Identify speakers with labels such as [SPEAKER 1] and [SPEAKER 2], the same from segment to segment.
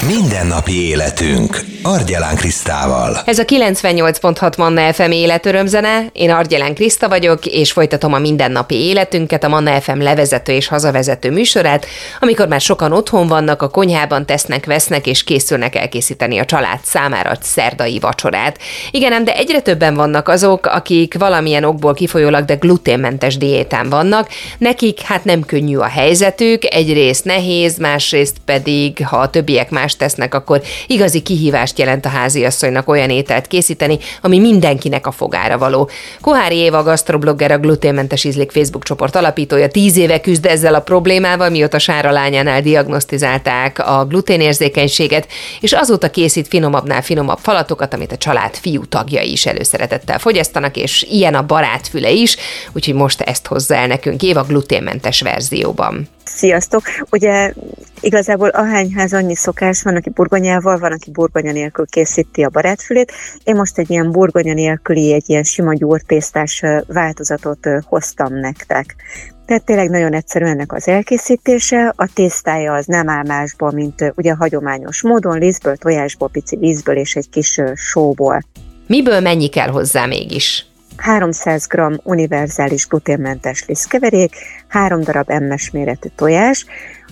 [SPEAKER 1] Mindennapi életünk. Argyelán Krisztával.
[SPEAKER 2] Ez a 98.6 Manna FM életörömzene. Én Argyelán Kriszta vagyok, és folytatom a mindennapi életünket, a Manna FM levezető és hazavezető műsorát, amikor már sokan otthon vannak, a konyhában tesznek, vesznek és készülnek elkészíteni a család számára a szerdai vacsorát. Igen, de egyre többen vannak azok, akik valamilyen okból kifolyólag, de gluténmentes diétán vannak. Nekik hát nem könnyű a helyzetük, egyrészt nehéz, másrészt pedig, ha a többiek más tesznek, akkor igazi kihívást jelent a háziasszonynak olyan ételt készíteni, ami mindenkinek a fogára való. Kohári Éva gasztroblogger, a Gluténmentes Ízlék Facebook csoport alapítója 10 éve küzd ezzel a problémával, mióta Sára lányánál diagnosztizálták a gluténérzékenységet, és azóta készít finomabbnál finomabb falatokat, amit a család fiú tagjai is előszeretettel fogyasztanak, és ilyen a barátfüle is, úgyhogy most ezt hozza el nekünk Éva gluténmentes verzióban.
[SPEAKER 3] Sziasztok! Ugye igazából ahányház annyi szokás, van, aki burgonyával, van, aki burgonya nélkül készíti a barátfülét. Én most egy ilyen burgonya nélküli, egy ilyen sima gyúrtésztás változatot hoztam nektek. Tehát tényleg nagyon egyszerű ennek az elkészítése, a tésztája az nem áll másból, mint ugye a hagyományos módon, lisztből, tojásból, pici vízből és egy kis sóból.
[SPEAKER 2] Miből mennyi kell hozzá mégis?
[SPEAKER 3] 300 g univerzális gluténmentes lisztkeverék, 3 darab MS méretű tojás,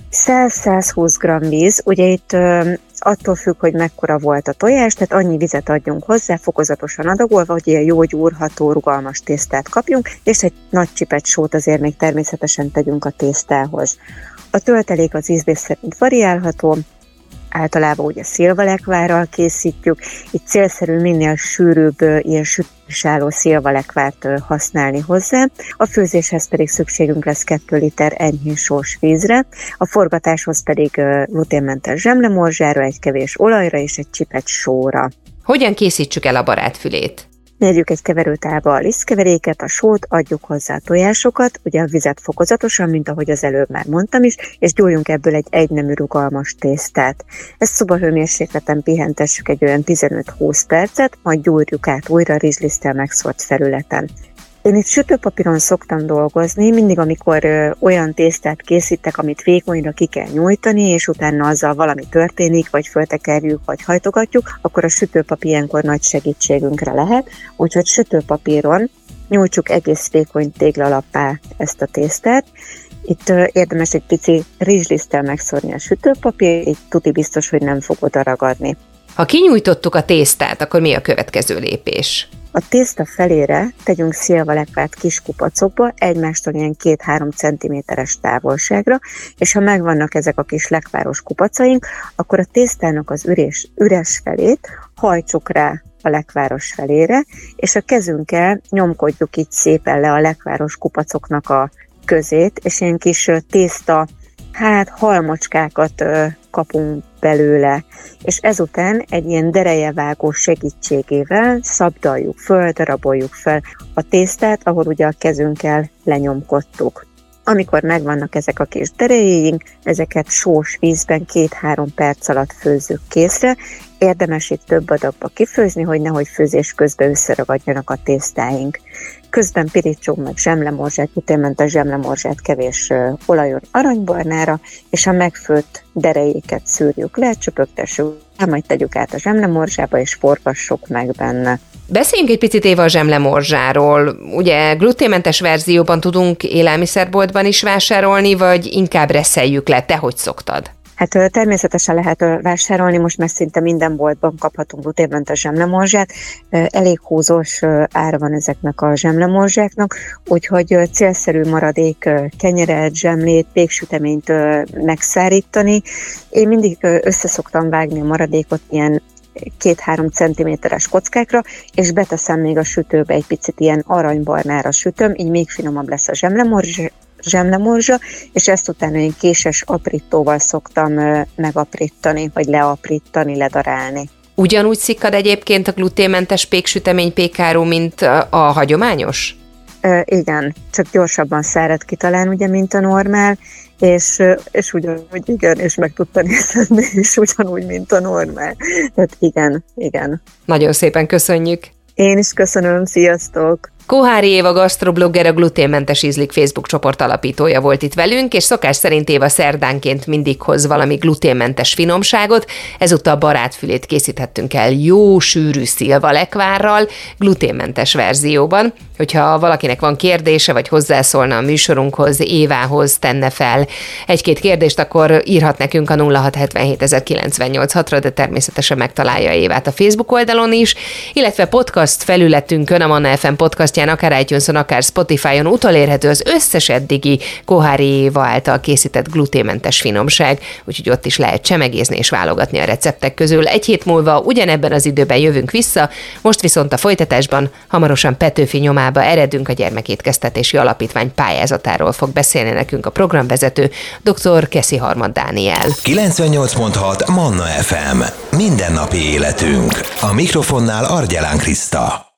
[SPEAKER 3] 100-120 g víz, ugye itt attól függ, hogy mekkora volt a tojás, tehát annyi vizet adjunk hozzá, fokozatosan adagolva, hogy ilyen jó gyúrható, rugalmas tésztát kapjunk, és egy nagy csipet sót azért még természetesen tegyünk a tésztához. A töltelék az ízlés szerint variálható, általában ugye szilvalekvárral készítjük, itt célszerű minél sűrűbb, ilyen sütősálló szilvalekvárt használni hozzá. A főzéshez pedig szükségünk lesz 2 liter enyhén sós vízre, a forgatáshoz pedig gluténmentes zsemlemorzsára, egy kevés olajra és egy csipet sóra.
[SPEAKER 2] Hogyan készítsük el a barátfülét?
[SPEAKER 3] Mérjük egy keverőtálba a lisztkeveréket, a sót, adjuk hozzá a tojásokat, ugye a vizet fokozatosan, mint ahogy az előbb már mondtam is, és gyújjunk ebből egy egynemű rugalmas tésztát. Ezt szobahőmérsékleten pihentessük egy olyan 15-20 percet, majd gyújjuk át újra rizsliszttel megszórt felületen. Én itt sütőpapíron szoktam dolgozni, mindig amikor olyan tésztát készítek, amit vékonyra ki kell nyújtani, és utána azzal valami történik, vagy föltekerjük, vagy hajtogatjuk, akkor a sütőpapír ilyenkor nagy segítségünkre lehet, úgyhogy sütőpapíron nyújtsuk egész vékony téglalappá ezt a tésztát. Itt érdemes egy pici rizsliszttel megszórni a sütőpapír, így tuti biztos, hogy nem fog oda ragadni.
[SPEAKER 2] Ha kinyújtottuk a tésztát, akkor mi a következő lépés?
[SPEAKER 3] A tészta felére tegyünk szilvalekvárt kis kupacokba, egymástól ilyen 2-3 cm-es távolságra, és ha megvannak ezek a kis lekváros kupacaink, akkor a tésztának az üres felét hajtsuk rá a lekváros felére, és a kezünkkel nyomkodjuk így szépen le a lekváros kupacoknak a közét, és ilyen kis tészta, halmacskákat kapunk belőle, és ezután egy ilyen derejevágó segítségével szabdaljuk föl, daraboljuk fel a tésztát, ahol ugye a kezünkkel lenyomkodtuk. Amikor megvannak ezek a kis derejéink, ezeket sós vízben 2-3 perc alatt főzzük készre. Érdemes itt több adagba kifőzni, hogy nehogy főzés közben összeragadjanak a tésztáink. Közben pirítsunk meg zsemlemorzsát, gluténmentes zsemlemorzsát kevés olajon aranybarnára, és a megfőtt derejéket szűrjük le, csöpögtessük, majd tegyük át a zsemlemorzsába, és forgassuk meg benne.
[SPEAKER 2] Beszéljünk egy picit Éva a zsemlemorzsáról. Ugye gluténmentes verzióban tudunk élelmiszerboltban is vásárolni, vagy inkább reszeljük le? Te hogy szoktad?
[SPEAKER 3] Hát természetesen lehet vásárolni, most már szinte minden boltban kaphatunk gluténmentes zsemlemorzsát. Elég húzós ára van ezeknek a zsemlemorzsáknak, úgyhogy célszerű maradék kenyeret, zsemlét, péksüteményt megszárítani. Én mindig összeszoktam vágni a maradékot ilyen 2-3 cm-es kockákra, és beteszem még a sütőbe egy picit ilyen aranybarnára sütöm, így még finomabb lesz a zsemlemorzsa, és ezt utána én késes aprítóval szoktam megaprítani, vagy leaprítani, ledarálni.
[SPEAKER 2] Ugyanúgy szikkad egyébként a gluténmentes péksütemény pékáru, mint a hagyományos?
[SPEAKER 3] Igen, csak gyorsabban szárad ki talán, ugye, mint a normál, és ugyanúgy igen, és meg tudta nézni is ugyanúgy, mint a normál. Tehát igen.
[SPEAKER 2] Nagyon szépen köszönjük!
[SPEAKER 3] Én is köszönöm, sziasztok!
[SPEAKER 2] Kohári Éva gasztroblogger, a Gluténmentes Ízlik Facebook csoport alapítója volt itt velünk, és szokás szerint Éva szerdánként mindig hoz valami gluténmentes finomságot. Ezúttal barátfülét készíthettünk el jó sűrű szilvalekvárral, gluténmentes verzióban. Hogyha valakinek van kérdése, vagy hozzászólna a műsorunkhoz, Évához tenne fel egy-két kérdést, akkor írhat nekünk a 06770986-ra, de természetesen megtalálja Évát a Facebook oldalon is, illetve podcast felületünkön, a Manna FM podcastján, akár iTunes-on, akár Spotify-on utolérhető az összes eddigi Kohári Éva által készített gluténmentes finomság, úgyhogy ott is lehet csemegézni és válogatni a receptek közül. Egy hét múlva ugyanebben az időben jövünk vissza, most viszont a folytatásban hamarosan Petőfi nyomába eredünk, a Gyermekétkeztetési Alapítvány pályázatáról fog beszélni nekünk a programvezető, dr. Keszi Harmad Dániel.
[SPEAKER 1] 98.6 Manna FM. Mindennapi életünk. A mikrofonnál Argyelán Kriszta.